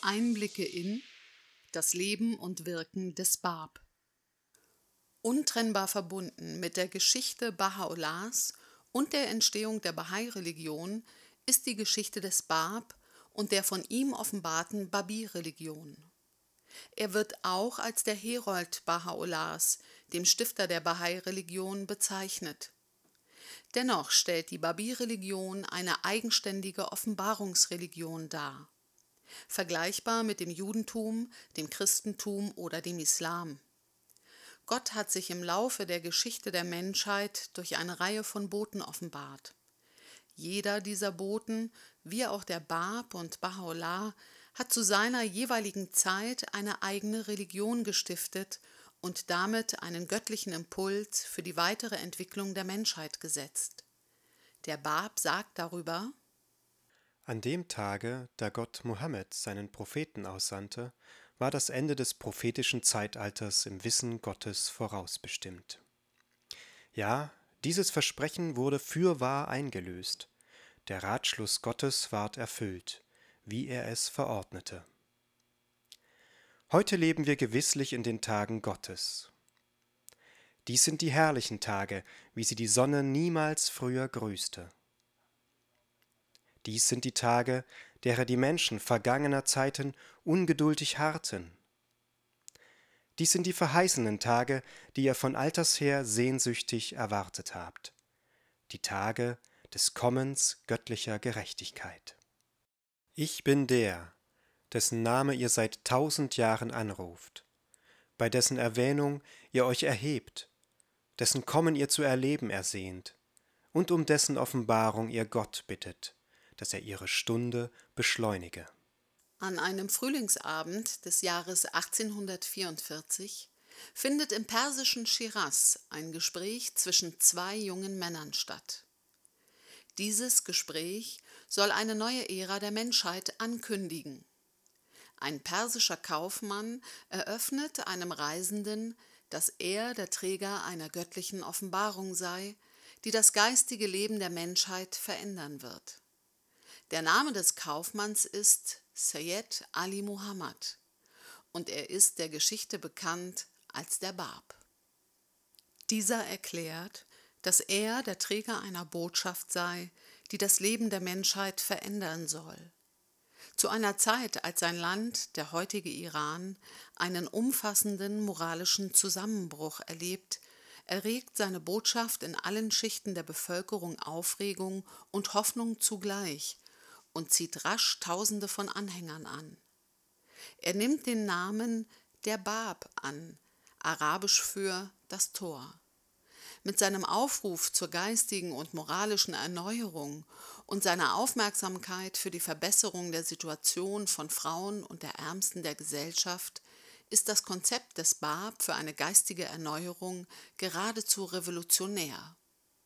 Einblicke in das Leben und Wirken des Bab. Untrennbar verbunden mit der Geschichte Baha'u'llahs und der Entstehung der Bahai-Religion ist die Geschichte des Bab und der von ihm offenbarten Babi-Religion. Er wird auch als der Herold Baha'u'llahs, dem Stifter der Bahai-Religion, bezeichnet. Dennoch stellt die Babi-Religion eine eigenständige Offenbarungsreligion dar, vergleichbar mit dem Judentum, dem Christentum oder dem Islam. Gott hat sich im Laufe der Geschichte der Menschheit durch eine Reihe von Boten offenbart. Jeder dieser Boten, wie auch der Bab und Baha'u'llah, hat zu seiner jeweiligen Zeit eine eigene Religion gestiftet und damit einen göttlichen Impuls für die weitere Entwicklung der Menschheit gesetzt. Der Bab sagt darüber: An dem Tage, da Gott Mohammed, seinen Propheten, aussandte, war das Ende des prophetischen Zeitalters im Wissen Gottes vorausbestimmt. Ja, dieses Versprechen wurde fürwahr eingelöst. Der Ratschluss Gottes ward erfüllt, wie er es verordnete. Heute leben wir gewisslich in den Tagen Gottes. Dies sind die herrlichen Tage, wie sie die Sonne niemals früher grüßte. Dies sind die Tage, derer die Menschen vergangener Zeiten ungeduldig harrten. Dies sind die verheißenen Tage, die ihr von alters her sehnsüchtig erwartet habt. Die Tage des Kommens göttlicher Gerechtigkeit. Ich bin der, dessen Name ihr seit 1000 Jahren anruft, bei dessen Erwähnung ihr euch erhebt, dessen Kommen ihr zu erleben ersehnt und um dessen Offenbarung ihr Gott bittet, dass er ihre Stunde beschleunige. An einem Frühlingsabend des Jahres 1844 findet im persischen Schiraz ein Gespräch zwischen zwei jungen Männern statt. Dieses Gespräch soll eine neue Ära der Menschheit ankündigen. Ein persischer Kaufmann eröffnet einem Reisenden, dass er der Träger einer göttlichen Offenbarung sei, die das geistige Leben der Menschheit verändern wird. Der Name des Kaufmanns ist Sayyid Ali Muhammad und er ist der Geschichte bekannt als der Bab. Dieser erklärt, dass er der Träger einer Botschaft sei, die das Leben der Menschheit verändern soll. Zu einer Zeit, als sein Land, der heutige Iran, einen umfassenden moralischen Zusammenbruch erlebt, erregt seine Botschaft in allen Schichten der Bevölkerung Aufregung und Hoffnung zugleich und zieht rasch Tausende von Anhängern an. Er nimmt den Namen der Bab an, arabisch für das Tor. Mit seinem Aufruf zur geistigen und moralischen Erneuerung und seiner Aufmerksamkeit für die Verbesserung der Situation von Frauen und der Ärmsten der Gesellschaft ist das Konzept des Bab für eine geistige Erneuerung geradezu revolutionär.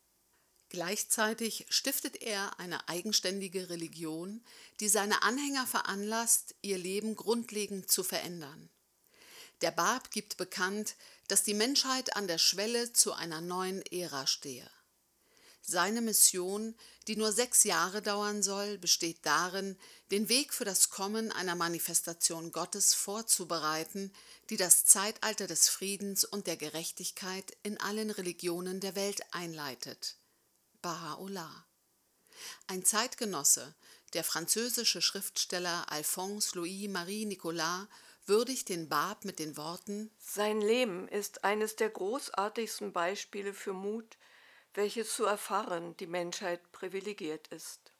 Gleichzeitig stiftet er eine eigenständige Religion, die seine Anhänger veranlasst, ihr Leben grundlegend zu verändern. Der Bab gibt bekannt, dass die Menschheit an der Schwelle zu einer neuen Ära stehe. Seine Mission, die nur 6 Jahre dauern soll, besteht darin, den Weg für das Kommen einer Manifestation Gottes vorzubereiten, die das Zeitalter des Friedens und der Gerechtigkeit in allen Religionen der Welt einleitet. Baha'u'llah. Ein Zeitgenosse, der französische Schriftsteller Alphonse Louis-Marie Nicolas, würdigt den Bab mit den Worten: Sein Leben ist eines der großartigsten Beispiele für Mut, welches zu erfahren die Menschheit privilegiert ist.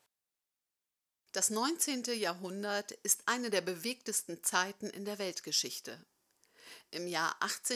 Das 19. Jahrhundert ist eine der bewegtesten Zeiten in der Weltgeschichte. Im Jahr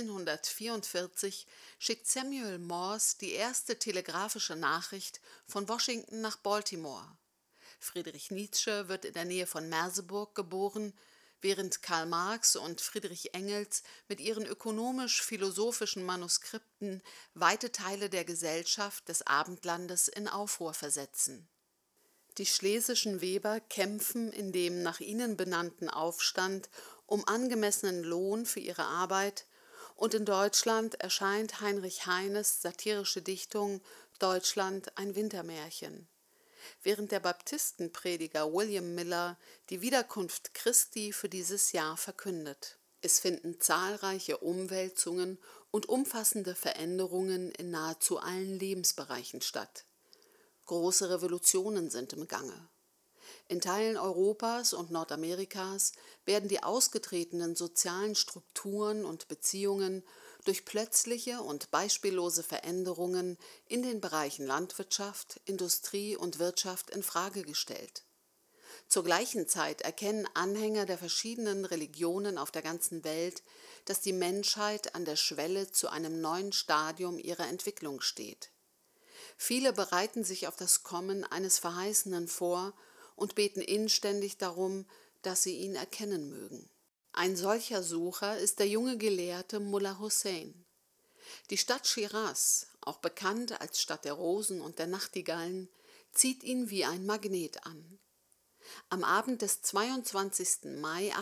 1844 schickt Samuel Morse die erste telegrafische Nachricht von Washington nach Baltimore. Friedrich Nietzsche wird in der Nähe von Merseburg geboren, während Karl Marx und Friedrich Engels mit ihren ökonomisch-philosophischen Manuskripten weite Teile der Gesellschaft des Abendlandes in Aufruhr versetzen. Die schlesischen Weber kämpfen in dem nach ihnen benannten Aufstand um angemessenen Lohn für ihre Arbeit und in Deutschland erscheint Heinrich Heines satirische Dichtung »Deutschland, ein Wintermärchen«. während der Baptistenprediger William Miller die Wiederkunft Christi für dieses Jahr verkündet. Es finden zahlreiche Umwälzungen und umfassende Veränderungen in nahezu allen Lebensbereichen statt. Große Revolutionen sind im Gange. In Teilen Europas und Nordamerikas werden die ausgetretenen sozialen Strukturen und Beziehungen durch plötzliche und beispiellose Veränderungen in den Bereichen Landwirtschaft, Industrie und Wirtschaft in Frage gestellt. Zur gleichen Zeit erkennen Anhänger der verschiedenen Religionen auf der ganzen Welt, dass die Menschheit an der Schwelle zu einem neuen Stadium ihrer Entwicklung steht. Viele bereiten sich auf das Kommen eines Verheißenen vor und beten inständig darum, dass sie ihn erkennen mögen. Ein solcher Sucher ist der junge Gelehrte Mullah Hussein. Die Stadt Schiras, auch bekannt als Stadt der Rosen und der Nachtigallen, zieht ihn wie ein Magnet an. Am Abend des 22. Mai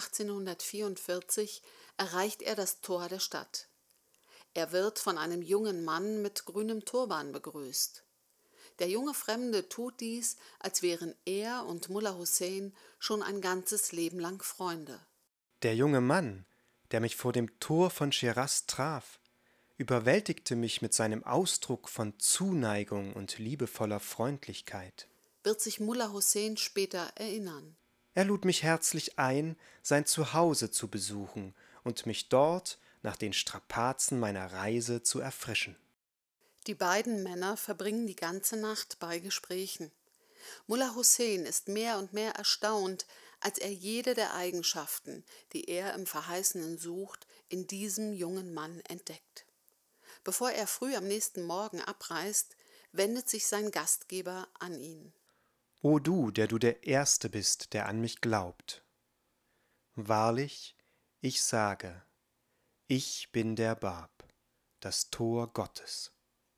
1844 erreicht er das Tor der Stadt. Er wird von einem jungen Mann mit grünem Turban begrüßt. Der junge Fremde tut dies, als wären er und Mullah Hussein schon ein ganzes Leben lang Freunde. Der junge Mann, der mich vor dem Tor von Schiras traf, überwältigte mich mit seinem Ausdruck von Zuneigung und liebevoller Freundlichkeit. Wird sich Mullah Hussein später erinnern. Er lud mich herzlich ein, sein Zuhause zu besuchen und mich dort nach den Strapazen meiner Reise zu erfrischen. Die beiden Männer verbringen die ganze Nacht bei Gesprächen. Mullah Hussein ist mehr und mehr erstaunt, als er jede der Eigenschaften, die er im Verheißenen sucht, in diesem jungen Mann entdeckt. Bevor er früh am nächsten Morgen abreist, wendet sich sein Gastgeber an ihn. O du, der du der Erste bist, der an mich glaubt. Wahrlich, ich sage, ich bin der Bab, das Tor Gottes.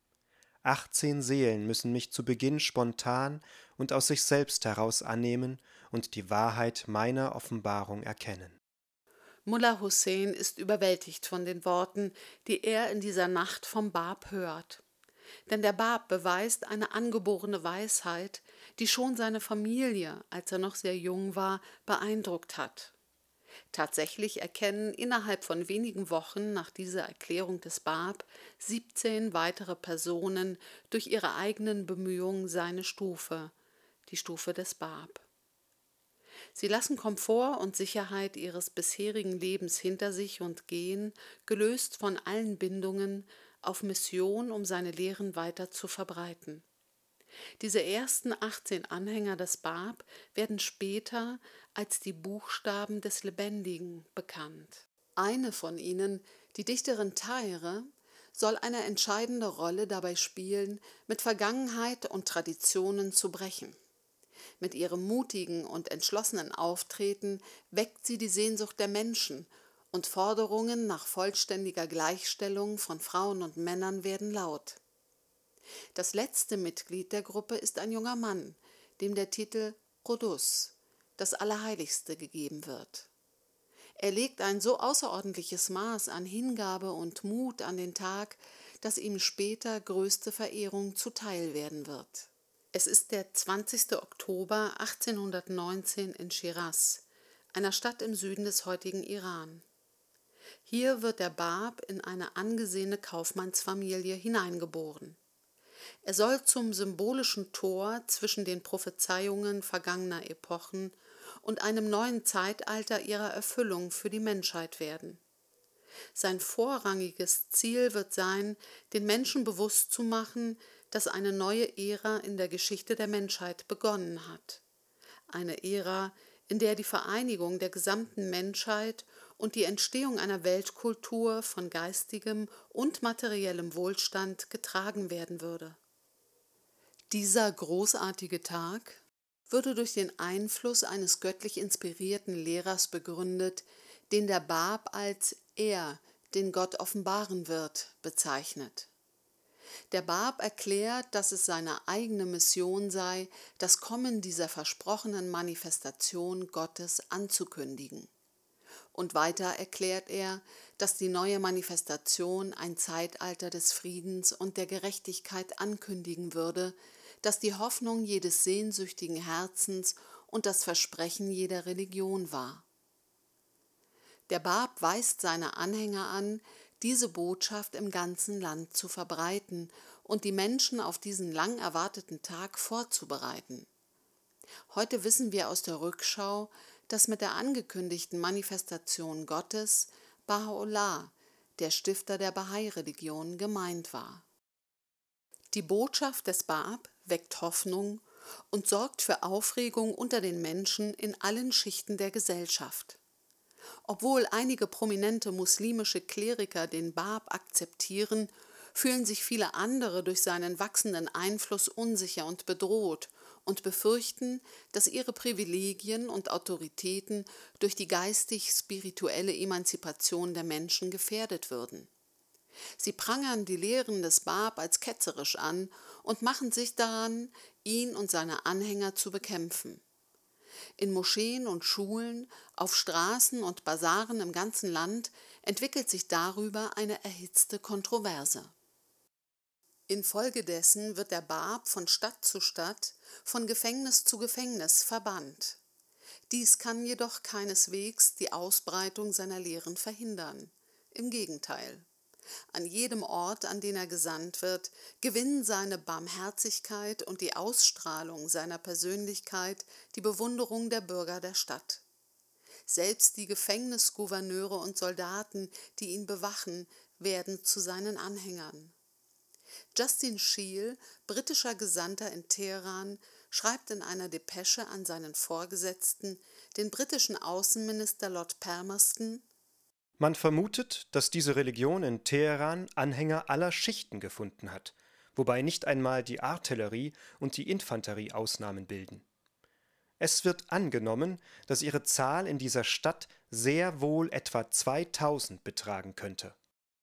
18 Seelen müssen mich zu Beginn spontan und aus sich selbst heraus annehmen und die Wahrheit meiner Offenbarung erkennen. Mullah Hussein ist überwältigt von den Worten, die er in dieser Nacht vom Bab hört. Denn der Bab beweist eine angeborene Weisheit, die schon seine Familie, als er noch sehr jung war, beeindruckt hat. Tatsächlich erkennen innerhalb von wenigen Wochen nach dieser Erklärung des Bab 17 weitere Personen durch ihre eigenen Bemühungen seine Stufe, die Stufe des Bab. Sie lassen Komfort und Sicherheit ihres bisherigen Lebens hinter sich und gehen, gelöst von allen Bindungen, auf Mission, um seine Lehren weiter zu verbreiten. Diese ersten 18 Anhänger des Bab werden später als die Buchstaben des Lebendigen bekannt. Eine von ihnen, die Dichterin Tahirih, soll eine entscheidende Rolle dabei spielen, mit Vergangenheit und Traditionen zu brechen. Mit ihrem mutigen und entschlossenen Auftreten weckt sie die Sehnsucht der Menschen und Forderungen nach vollständiger Gleichstellung von Frauen und Männern werden laut. Das letzte Mitglied der Gruppe ist ein junger Mann, dem der Titel Qudus, das Allerheiligste, gegeben wird. Er legt ein so außerordentliches Maß an Hingabe und Mut an den Tag, dass ihm später größte Verehrung zuteil werden wird. Es ist der 20. Oktober 1819 in Schiras, einer Stadt im Süden des heutigen Iran. Hier wird der Bab in eine angesehene Kaufmannsfamilie hineingeboren. Er soll zum symbolischen Tor zwischen den Prophezeiungen vergangener Epochen und einem neuen Zeitalter ihrer Erfüllung für die Menschheit werden. Sein vorrangiges Ziel wird sein, den Menschen bewusst zu machen, dass eine neue Ära in der Geschichte der Menschheit begonnen hat. Eine Ära, in der die Vereinigung der gesamten Menschheit und die Entstehung einer Weltkultur von geistigem und materiellem Wohlstand getragen werden würde. Dieser großartige Tag würde durch den Einfluss eines göttlich inspirierten Lehrers begründet, den der Bab als er, den Gott offenbaren wird, bezeichnet. Der Bab erklärt, dass es seine eigene Mission sei, das Kommen dieser versprochenen Manifestation Gottes anzukündigen. Und weiter erklärt er, dass die neue Manifestation ein Zeitalter des Friedens und der Gerechtigkeit ankündigen würde, das die Hoffnung jedes sehnsüchtigen Herzens und das Versprechen jeder Religion war. Der Bab weist seine Anhänger an, diese Botschaft im ganzen Land zu verbreiten und die Menschen auf diesen lang erwarteten Tag vorzubereiten. Heute wissen wir aus der Rückschau, dass mit der angekündigten Manifestation Gottes Baha'u'llah, der Stifter der Bahai-Religion, gemeint war. Die Botschaft des Bab weckt Hoffnung und sorgt für Aufregung unter den Menschen in allen Schichten der Gesellschaft. Obwohl einige prominente muslimische Kleriker den Bab akzeptieren, fühlen sich viele andere durch seinen wachsenden Einfluss unsicher und bedroht und befürchten, dass ihre Privilegien und Autoritäten durch die geistig-spirituelle Emanzipation der Menschen gefährdet würden. Sie prangern die Lehren des Bab als ketzerisch an und machen sich daran, ihn und seine Anhänger zu bekämpfen. In Moscheen und Schulen, auf Straßen und Basaren im ganzen Land entwickelt sich darüber eine erhitzte Kontroverse. Infolgedessen wird der Bab von Stadt zu Stadt, von Gefängnis zu Gefängnis verbannt. Dies kann jedoch keineswegs die Ausbreitung seiner Lehren verhindern. Im Gegenteil. An jedem Ort, an den er gesandt wird, gewinnen seine Barmherzigkeit und die Ausstrahlung seiner Persönlichkeit die Bewunderung der Bürger der Stadt. Selbst die Gefängnisgouverneure und Soldaten, die ihn bewachen, werden zu seinen Anhängern. Justin Scheel, britischer Gesandter in Teheran, schreibt in einer Depesche an seinen Vorgesetzten, den britischen Außenminister Lord Palmerston: Man vermutet, dass diese Religion in Teheran Anhänger aller Schichten gefunden hat, wobei nicht einmal die Artillerie und die Infanterie Ausnahmen bilden. Es wird angenommen, dass ihre Zahl in dieser Stadt sehr wohl etwa 2000 betragen könnte.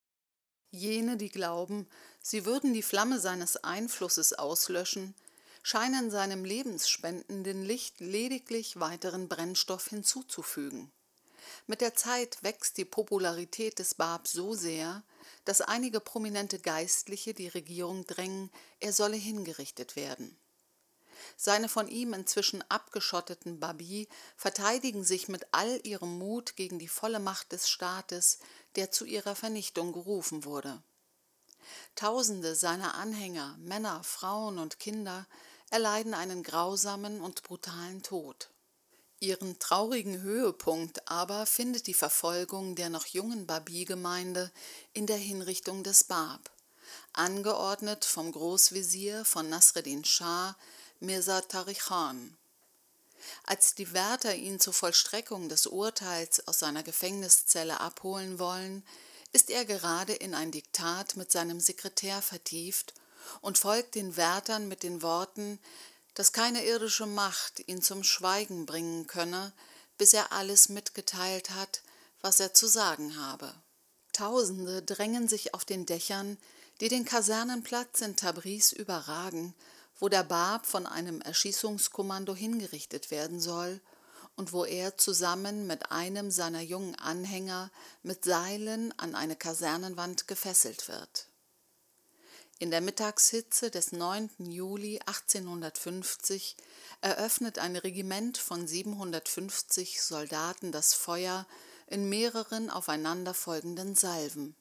Jene, die glauben, sie würden die Flamme seines Einflusses auslöschen, scheinen seinem lebensspendenden Licht lediglich weiteren Brennstoff hinzuzufügen. Mit der Zeit wächst die Popularität des Bab so sehr, dass einige prominente Geistliche die Regierung drängen, er solle hingerichtet werden. Seine von ihm inzwischen abgeschotteten Babi verteidigen sich mit all ihrem Mut gegen die volle Macht des Staates, der zu ihrer Vernichtung gerufen wurde. Tausende seiner Anhänger, Männer, Frauen und Kinder, erleiden einen grausamen und brutalen Tod. Ihren traurigen Höhepunkt aber findet die Verfolgung der noch jungen Babi-Gemeinde in der Hinrichtung des Bab, angeordnet vom Großvezier von Nasreddin Schah, Mirza Tariq Khan. Als die Wärter ihn zur Vollstreckung des Urteils aus seiner Gefängniszelle abholen wollen, ist er gerade in ein Diktat mit seinem Sekretär vertieft und folgt den Wärtern mit den Worten, dass keine irdische Macht ihn zum Schweigen bringen könne, bis er alles mitgeteilt hat, was er zu sagen habe. Tausende drängen sich auf den Dächern, die den Kasernenplatz in Tabriz überragen, wo der Bab von einem Erschießungskommando hingerichtet werden soll und wo er zusammen mit einem seiner jungen Anhänger mit Seilen an eine Kasernenwand gefesselt wird. In der Mittagshitze des 9. Juli 1850 eröffnet ein Regiment von 750 Soldaten das Feuer in mehreren aufeinanderfolgenden Salven.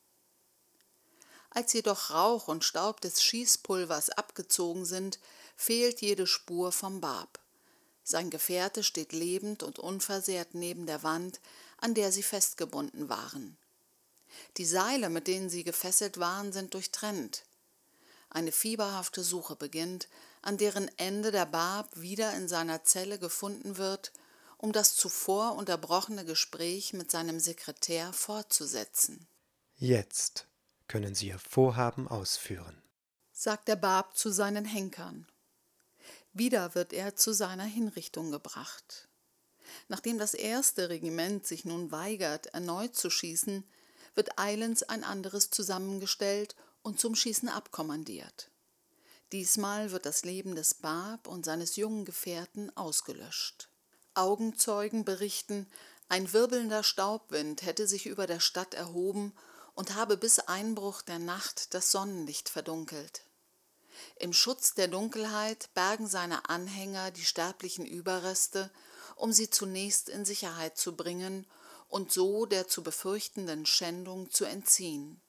Als jedoch Rauch und Staub des Schießpulvers abgezogen sind, fehlt jede Spur vom Bab. Sein Gefährte steht lebend und unversehrt neben der Wand, an der sie festgebunden waren. Die Seile, mit denen sie gefesselt waren, sind durchtrennt. Eine fieberhafte Suche beginnt, an deren Ende der Bab wieder in seiner Zelle gefunden wird, um das zuvor unterbrochene Gespräch mit seinem Sekretär fortzusetzen. Jetzt können Sie Ihr Vorhaben ausführen, sagt der Bab zu seinen Henkern. Wieder wird er zu seiner Hinrichtung gebracht. Nachdem das erste Regiment sich nun weigert, erneut zu schießen, wird eilends ein anderes zusammengestellt und zum Schießen abkommandiert. Diesmal wird das Leben des Bab und seines jungen Gefährten ausgelöscht. Augenzeugen berichten, ein wirbelnder Staubwind hätte sich über der Stadt erhoben und habe bis Einbruch der Nacht das Sonnenlicht verdunkelt. Im Schutz der Dunkelheit bergen seine Anhänger die sterblichen Überreste, um sie zunächst in Sicherheit zu bringen und so der zu befürchtenden Schändung zu entziehen.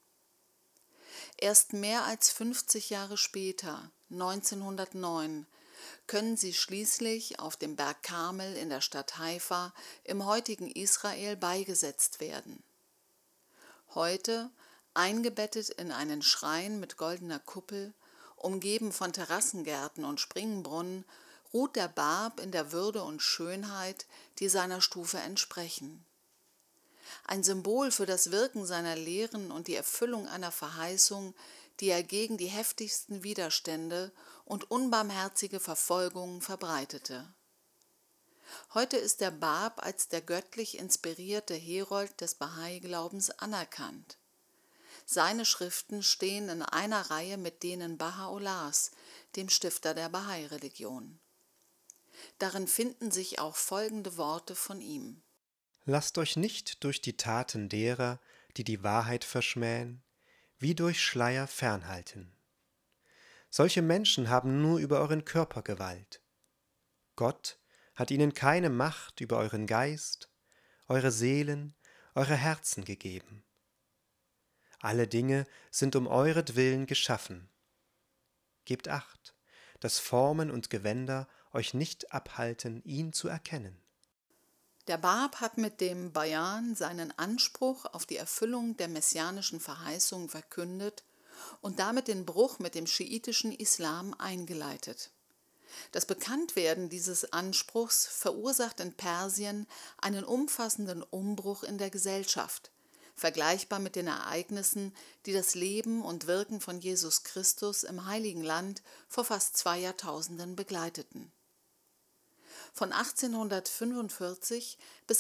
Erst mehr als 50 Jahre später, 1909, können sie schließlich auf dem Berg Karmel in der Stadt Haifa im heutigen Israel beigesetzt werden. Heute, eingebettet in einen Schrein mit goldener Kuppel, umgeben von Terrassengärten und Springbrunnen, ruht der Bab in der Würde und Schönheit, die seiner Stufe entsprechen. Ein Symbol für das Wirken seiner Lehren und die Erfüllung einer Verheißung, die er gegen die heftigsten Widerstände und unbarmherzige Verfolgungen verbreitete. Heute ist der Bab als der göttlich inspirierte Herold des Bahai-Glaubens anerkannt. Seine Schriften stehen in einer Reihe mit denen Baha'u'llahs, dem Stifter der Bahai-Religion. Darin finden sich auch folgende Worte von ihm: Lasst euch nicht durch die Taten derer, die die Wahrheit verschmähen, wie durch Schleier fernhalten. Solche Menschen haben nur über euren Körper Gewalt. Gott hat ihnen keine Macht über euren Geist, eure Seelen, eure Herzen gegeben. Alle Dinge sind um euretwillen geschaffen. Gebt Acht, dass Formen und Gewänder euch nicht abhalten, ihn zu erkennen. Der Bab hat mit dem Bayan seinen Anspruch auf die Erfüllung der messianischen Verheißung verkündet und damit den Bruch mit dem schiitischen Islam eingeleitet. Das Bekanntwerden dieses Anspruchs verursacht in Persien einen umfassenden Umbruch in der Gesellschaft, vergleichbar mit den Ereignissen, die das Leben und Wirken von Jesus Christus im Heiligen Land vor fast 2 Jahrtausenden begleiteten. Von 1845 bis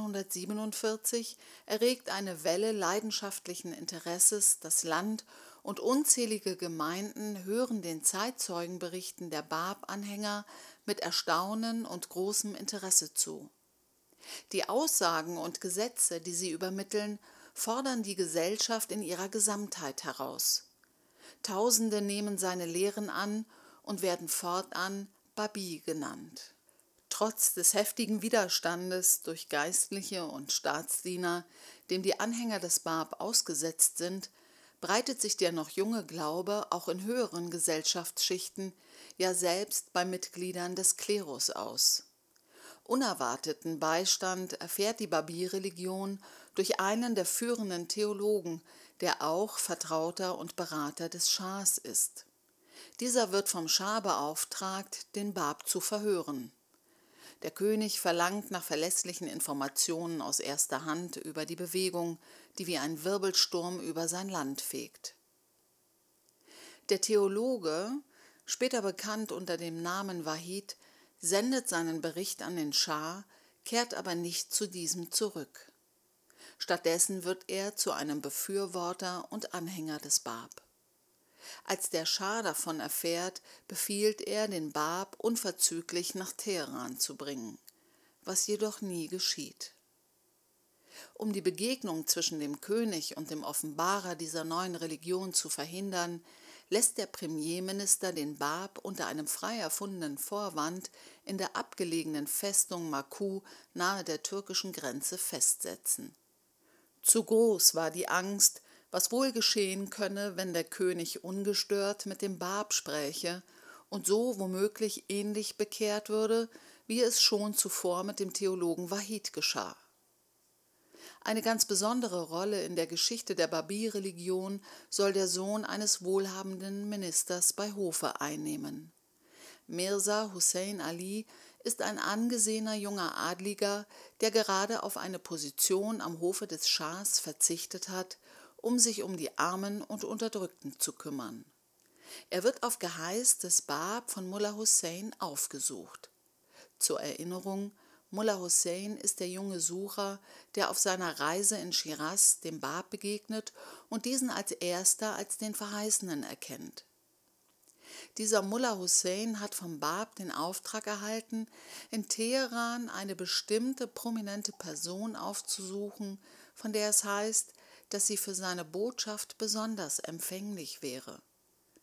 1847 erregt eine Welle leidenschaftlichen Interesses das Land und unzählige Gemeinden hören den Zeitzeugenberichten der Bab-Anhänger mit Erstaunen und großem Interesse zu. Die Aussagen und Gesetze, die sie übermitteln, fordern die Gesellschaft in ihrer Gesamtheit heraus. Tausende nehmen seine Lehren an und werden fortan Babi genannt. Trotz des heftigen Widerstandes durch Geistliche und Staatsdiener, dem die Anhänger des Bab ausgesetzt sind, breitet sich der noch junge Glaube auch in höheren Gesellschaftsschichten, ja selbst bei Mitgliedern des Klerus aus. Unerwarteten Beistand erfährt die Babi-Religion durch einen der führenden Theologen, der auch Vertrauter und Berater des Schahs ist. Dieser wird vom Schah beauftragt, den Bab zu verhören. Der König verlangt nach verlässlichen Informationen aus erster Hand über die Bewegung, die wie ein Wirbelsturm über sein Land fegt. Der Theologe, später bekannt unter dem Namen Wahid, sendet seinen Bericht an den Schah, kehrt aber nicht zu diesem zurück. Stattdessen wird er zu einem Befürworter und Anhänger des Bab. Als der Schah davon erfährt, befiehlt er, den Bab unverzüglich nach Teheran zu bringen, was jedoch nie geschieht. Um die Begegnung zwischen dem König und dem Offenbarer dieser neuen Religion zu verhindern, lässt der Premierminister den Bab unter einem frei erfundenen Vorwand in der abgelegenen Festung Maku nahe der türkischen Grenze festsetzen. Zu groß war die Angst, was wohl geschehen könne, wenn der König ungestört mit dem Bab spräche und so womöglich ähnlich bekehrt würde, wie es schon zuvor mit dem Theologen Wahid geschah. Eine ganz besondere Rolle in der Geschichte der Babi-Religion soll der Sohn eines wohlhabenden Ministers bei Hofe einnehmen. Mirza Hussein Ali ist ein angesehener junger Adliger, der gerade auf eine Position am Hofe des Schahs verzichtet hat, um sich um die Armen und Unterdrückten zu kümmern. Er wird auf Geheiß des Bab von Mullah Hussein aufgesucht. Zur Erinnerung, Mullah Hussein ist der junge Sucher, der auf seiner Reise in Schiraz dem Bab begegnet und diesen als erster als den Verheißenen erkennt. Dieser Mullah Hussein hat vom Bab den Auftrag erhalten, in Teheran eine bestimmte prominente Person aufzusuchen, von der es heißt, dass sie für seine Botschaft besonders empfänglich wäre.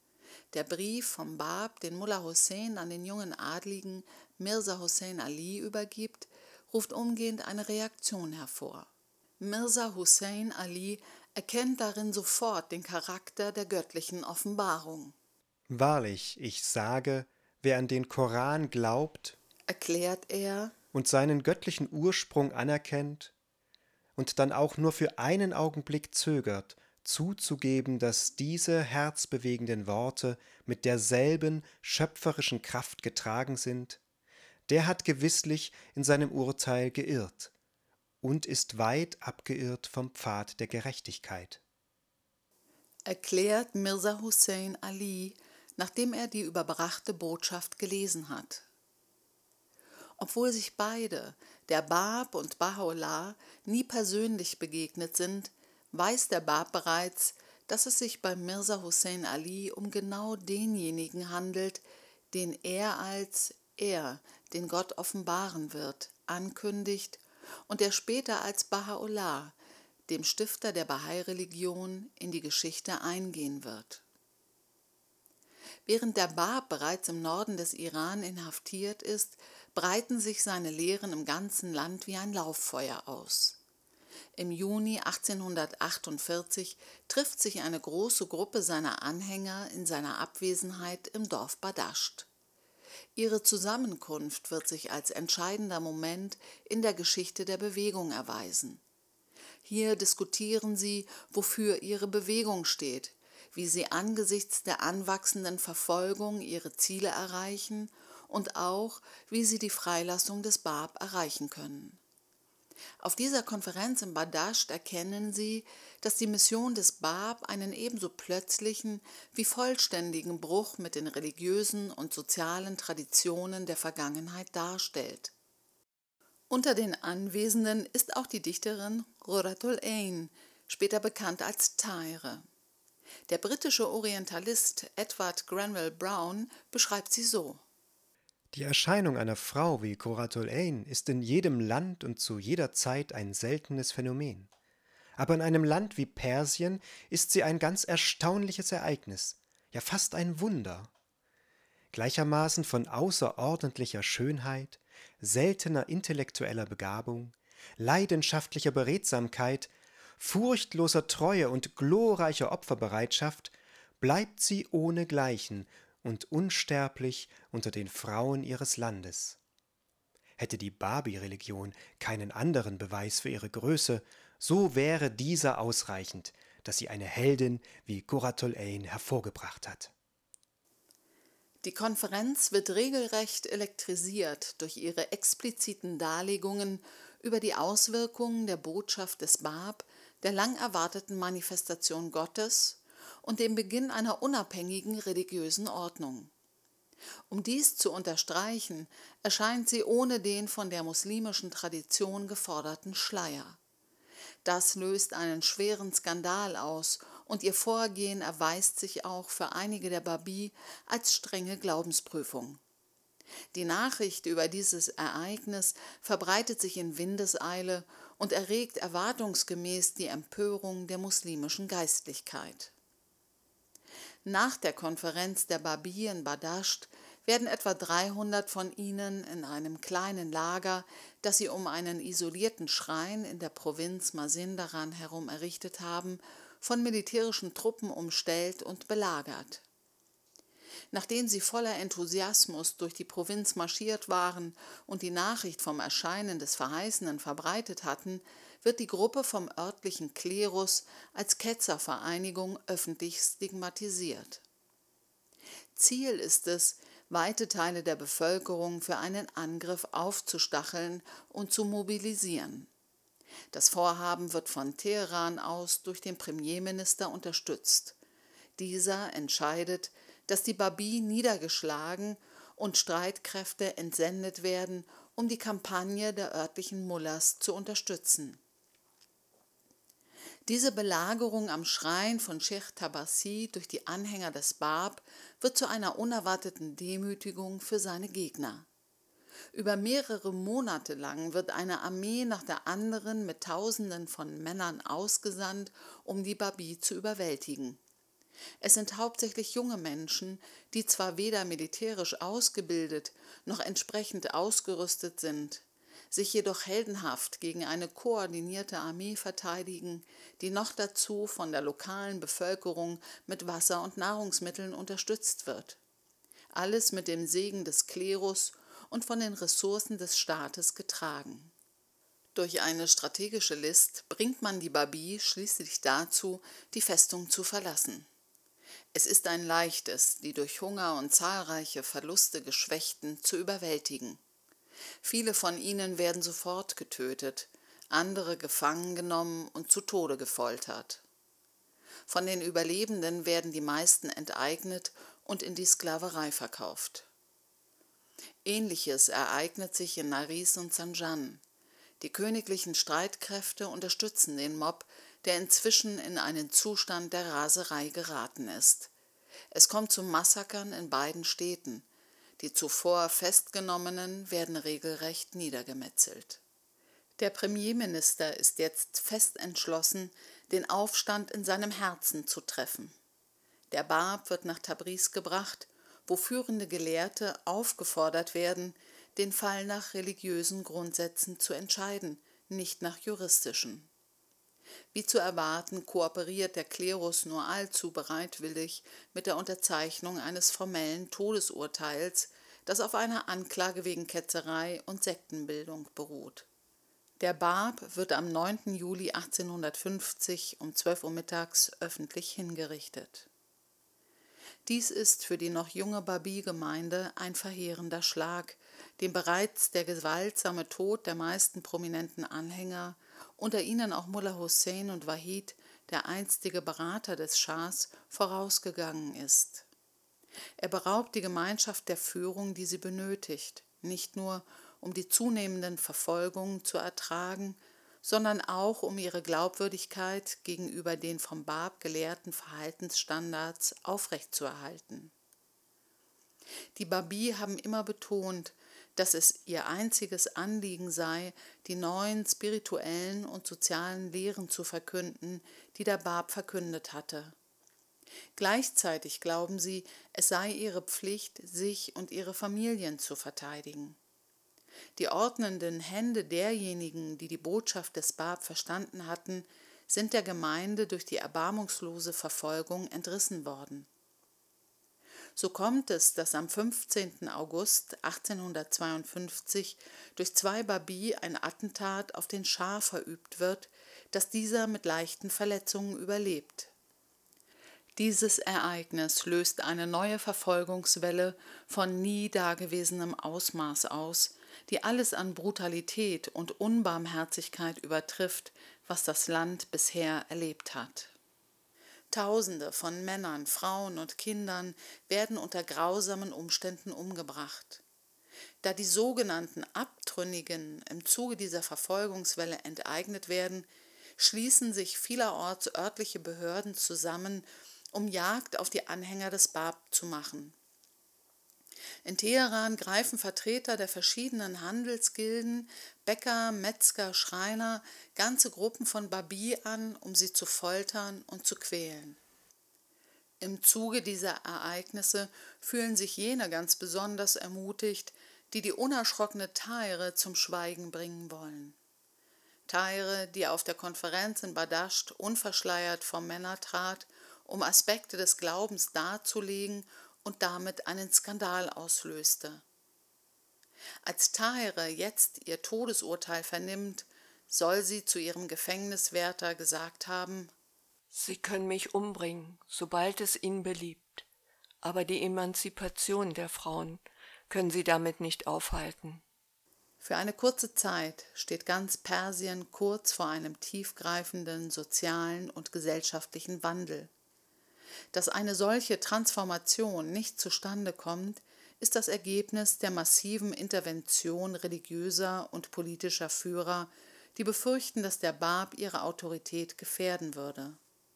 Der Brief vom Bab, den Mullah Hussein an den jungen Adligen Mirza Hussein Ali übergibt, ruft umgehend eine Reaktion hervor. Mirza Hussein Ali erkennt darin sofort den Charakter der göttlichen Offenbarung. Wahrlich, ich sage, wer an den Koran glaubt, Erklärt er, und seinen göttlichen Ursprung anerkennt und dann auch nur für einen Augenblick zögert, zuzugeben, dass diese herzbewegenden Worte mit derselben schöpferischen Kraft getragen sind, der hat gewisslich in seinem Urteil geirrt und ist weit abgeirrt vom Pfad der Gerechtigkeit. erklärt Mirza Hussein Ali, nachdem er die überbrachte Botschaft gelesen hat. Obwohl sich beide, der Bab und Baha'u'llah, nie persönlich begegnet sind, weiß der Bab bereits, dass es sich bei Mirza Hussein Ali um genau denjenigen handelt, den er den Gott offenbaren wird, ankündigt und der später als Baha'u'llah, dem Stifter der Bahai-Religion, in die Geschichte eingehen wird. Während der Bab bereits im Norden des Iran inhaftiert ist, breiten sich seine Lehren im ganzen Land wie ein Lauffeuer aus. Im Juni 1848 trifft sich eine große Gruppe seiner Anhänger in seiner Abwesenheit im Dorf Badascht. Ihre Zusammenkunft wird sich als entscheidender Moment in der Geschichte der Bewegung erweisen. Hier diskutieren sie, wofür ihre Bewegung steht, wie sie angesichts der anwachsenden Verfolgung ihre Ziele erreichen und auch, wie sie die Freilassung des Bab erreichen können. Auf dieser Konferenz in Badascht erkennen sie, dass die Mission des Bab einen ebenso plötzlichen wie vollständigen Bruch mit den religiösen und sozialen Traditionen der Vergangenheit darstellt. Unter den Anwesenden ist auch die Dichterin Qurratul Ayn, später bekannt als Taire. Der britische Orientalist Edward Granville Brown beschreibt sie so: Die Erscheinung einer Frau wie Qurratul Ayn ist in jedem Land und zu jeder Zeit ein seltenes Phänomen. Aber in einem Land wie Persien ist sie ein ganz erstaunliches Ereignis, ja fast ein Wunder. Gleichermaßen von außerordentlicher Schönheit, seltener intellektueller Begabung, leidenschaftlicher Beredsamkeit, furchtloser Treue und glorreicher Opferbereitschaft bleibt sie ohnegleichen und unsterblich unter den Frauen ihres Landes. Hätte die Babi-Religion keinen anderen Beweis für ihre Größe, so wäre dieser ausreichend, dass sie eine Heldin wie Qurratul Ayn hervorgebracht hat. Die Konferenz wird regelrecht elektrisiert durch ihre expliziten Darlegungen über die Auswirkungen der Botschaft des Bab, der lang erwarteten Manifestation Gottes und dem Beginn einer unabhängigen religiösen Ordnung. Um dies zu unterstreichen, erscheint sie ohne den von der muslimischen Tradition geforderten Schleier. Das löst einen schweren Skandal aus und ihr Vorgehen erweist sich auch für einige der Babi als strenge Glaubensprüfung. Die Nachricht über dieses Ereignis verbreitet sich in Windeseile und erregt erwartungsgemäß die Empörung der muslimischen Geistlichkeit. Nach der Konferenz der Babi in Badascht werden etwa 300 von ihnen in einem kleinen Lager, das sie um einen isolierten Schrein in der Provinz Mazindaran herum errichtet haben, von militärischen Truppen umstellt und belagert. Nachdem sie voller Enthusiasmus durch die Provinz marschiert waren und die Nachricht vom Erscheinen des Verheißenen verbreitet hatten, wird die Gruppe vom örtlichen Klerus als Ketzervereinigung öffentlich stigmatisiert. Ziel ist es, weite Teile der Bevölkerung für einen Angriff aufzustacheln und zu mobilisieren. Das Vorhaben wird von Teheran aus durch den Premierminister unterstützt. Dieser entscheidet, dass die Babi niedergeschlagen und Streitkräfte entsendet werden, um die Kampagne der örtlichen Mullahs zu unterstützen. Diese Belagerung am Schrein von Sheikh Tabassi durch die Anhänger des Bab wird zu einer unerwarteten Demütigung für seine Gegner. Über mehrere Monate lang wird eine Armee nach der anderen mit Tausenden von Männern ausgesandt, um die Babi zu überwältigen. Es sind hauptsächlich junge Menschen, die zwar weder militärisch ausgebildet noch entsprechend ausgerüstet sind, sich jedoch heldenhaft gegen eine koordinierte Armee verteidigen, die noch dazu von der lokalen Bevölkerung mit Wasser und Nahrungsmitteln unterstützt wird. Alles mit dem Segen des Klerus und von den Ressourcen des Staates getragen. Durch eine strategische List bringt man die Babi schließlich dazu, die Festung zu verlassen. Es ist ein leichtes, die durch Hunger und zahlreiche Verluste Geschwächten zu überwältigen. Viele von ihnen werden sofort getötet, andere gefangen genommen und zu Tode gefoltert. Von den Überlebenden werden die meisten enteignet und in die Sklaverei verkauft. Ähnliches ereignet sich in Naris und Zanjan. Die königlichen Streitkräfte unterstützen den Mob, der inzwischen in einen Zustand der Raserei geraten ist. Es kommt zu Massakern in beiden Städten. Die zuvor Festgenommenen werden regelrecht niedergemetzelt. Der Premierminister ist jetzt fest entschlossen, den Aufstand in seinem Herzen zu treffen. Der Bab wird nach Tabriz gebracht, wo führende Gelehrte aufgefordert werden, den Fall nach religiösen Grundsätzen zu entscheiden, nicht nach juristischen. Wie zu erwarten, kooperiert der Klerus nur allzu bereitwillig mit der Unterzeichnung eines formellen Todesurteils, das auf einer Anklage wegen Ketzerei und Sektenbildung beruht. Der Bab wird am 9. Juli 1850 um 12 Uhr mittags öffentlich hingerichtet. Dies ist für die noch junge Babi-Gemeinde ein verheerender Schlag, dem bereits der gewaltsame Tod der meisten prominenten Anhänger, unter ihnen auch Mullah Hussein und Wahid, der einstige Berater des Schahs, vorausgegangen ist. Er beraubt die Gemeinschaft der Führung, die sie benötigt, nicht nur um die zunehmenden Verfolgungen zu ertragen, sondern auch um ihre Glaubwürdigkeit gegenüber den vom Bab gelehrten Verhaltensstandards aufrechtzuerhalten. Die Babi haben immer betont, dass es ihr einziges Anliegen sei, die neuen spirituellen und sozialen Lehren zu verkünden, die der Bab verkündet hatte. Gleichzeitig glauben sie, es sei ihre Pflicht, sich und ihre Familien zu verteidigen. Die ordnenden Hände derjenigen, die die Botschaft des Bab verstanden hatten, sind der Gemeinde durch die erbarmungslose Verfolgung entrissen worden. So kommt es, dass am 15. August 1852 durch 2 Babi ein Attentat auf den Schah verübt wird, das dieser mit leichten Verletzungen überlebt. Dieses Ereignis löst eine neue Verfolgungswelle von nie dagewesenem Ausmaß aus, die alles an Brutalität und Unbarmherzigkeit übertrifft, was das Land bisher erlebt hat. Tausende von Männern, Frauen und Kindern werden unter grausamen Umständen umgebracht. Da die sogenannten Abtrünnigen im Zuge dieser Verfolgungswelle enteignet werden, schließen sich vielerorts örtliche Behörden zusammen, um Jagd auf die Anhänger des Bab zu machen. In Teheran greifen Vertreter der verschiedenen Handelsgilden, Bäcker, Metzger, Schreiner, ganze Gruppen von Babi an, um sie zu foltern und zu quälen. Im Zuge dieser Ereignisse fühlen sich jene ganz besonders ermutigt, die die unerschrockene Tahirih zum Schweigen bringen wollen. Tahirih, die auf der Konferenz in Badascht unverschleiert vor Männer trat, um Aspekte des Glaubens darzulegen und damit einen Skandal auslöste. Als Tahirih jetzt ihr Todesurteil vernimmt, soll sie zu ihrem Gefängniswärter gesagt haben: Sie können mich umbringen, sobald es Ihnen beliebt, aber die Emanzipation der Frauen können Sie damit nicht aufhalten. Für eine kurze Zeit steht ganz Persien kurz vor einem tiefgreifenden sozialen und gesellschaftlichen Wandel. Dass eine solche Transformation nicht zustande kommt, ist das Ergebnis der massiven Intervention religiöser und politischer Führer, die befürchten, dass der Bab ihre Autorität gefährden würde.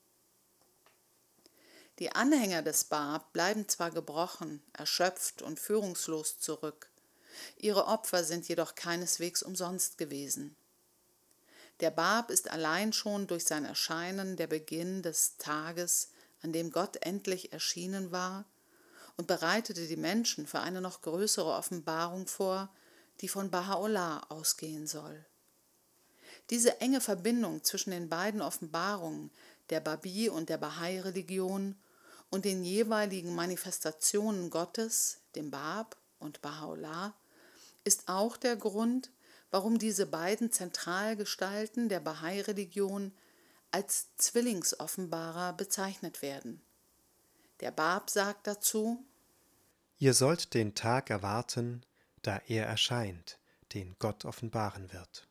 Die Anhänger des Bab bleiben zwar gebrochen, erschöpft und führungslos zurück, ihre Opfer sind jedoch keineswegs umsonst gewesen. Der Bab ist allein schon durch sein Erscheinen der Beginn des Tages, an dem Gott endlich erschienen war, und bereitete die Menschen für eine noch größere Offenbarung vor, die von Baha'u'llah ausgehen soll. Diese enge Verbindung zwischen den beiden Offenbarungen, der Babi- und der Bahai-Religion, und den jeweiligen Manifestationen Gottes, dem Bab und Baha'u'llah, ist auch der Grund, warum diese beiden Zentralgestalten der Bahai-Religion als Zwillingsoffenbarer bezeichnet werden. Der Bab sagt dazu: Ihr sollt den Tag erwarten, da er erscheint, den Gott offenbaren wird.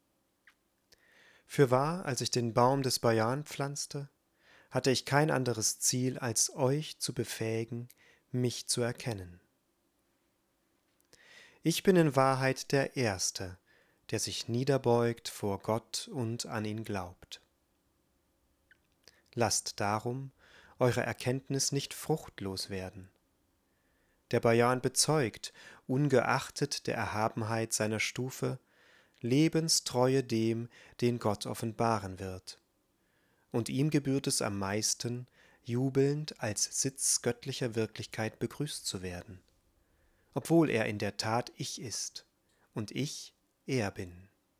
Fürwahr, als ich den Baum des Bayan pflanzte, hatte ich kein anderes Ziel, als euch zu befähigen, mich zu erkennen. Ich bin in Wahrheit der Erste, der sich niederbeugt vor Gott und an ihn glaubt. Lasst darum eure Erkenntnis nicht fruchtlos werden. Der Bayan bezeugt, ungeachtet der Erhabenheit seiner Stufe, Lebenstreue dem, den Gott offenbaren wird. Und ihm gebührt es am meisten, jubelnd als Sitz göttlicher Wirklichkeit begrüßt zu werden, obwohl er in der Tat Ich ist und ich er bin.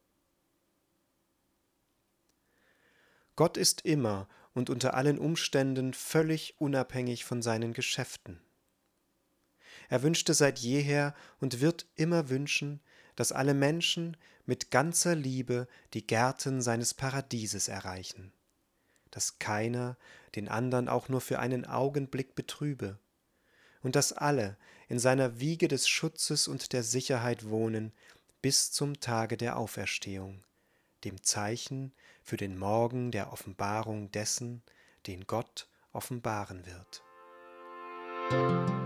Gott ist immer und unter allen Umständen völlig unabhängig von seinen Geschäften. Er wünschte seit jeher und wird immer wünschen, dass alle Menschen mit ganzer Liebe die Gärten seines Paradieses erreichen, dass keiner den andern auch nur für einen Augenblick betrübe, und dass alle in seiner Wiege des Schutzes und der Sicherheit wohnen bis zum Tage der Auferstehung, dem Zeichen für den Morgen der Offenbarung dessen, den Gott offenbaren wird.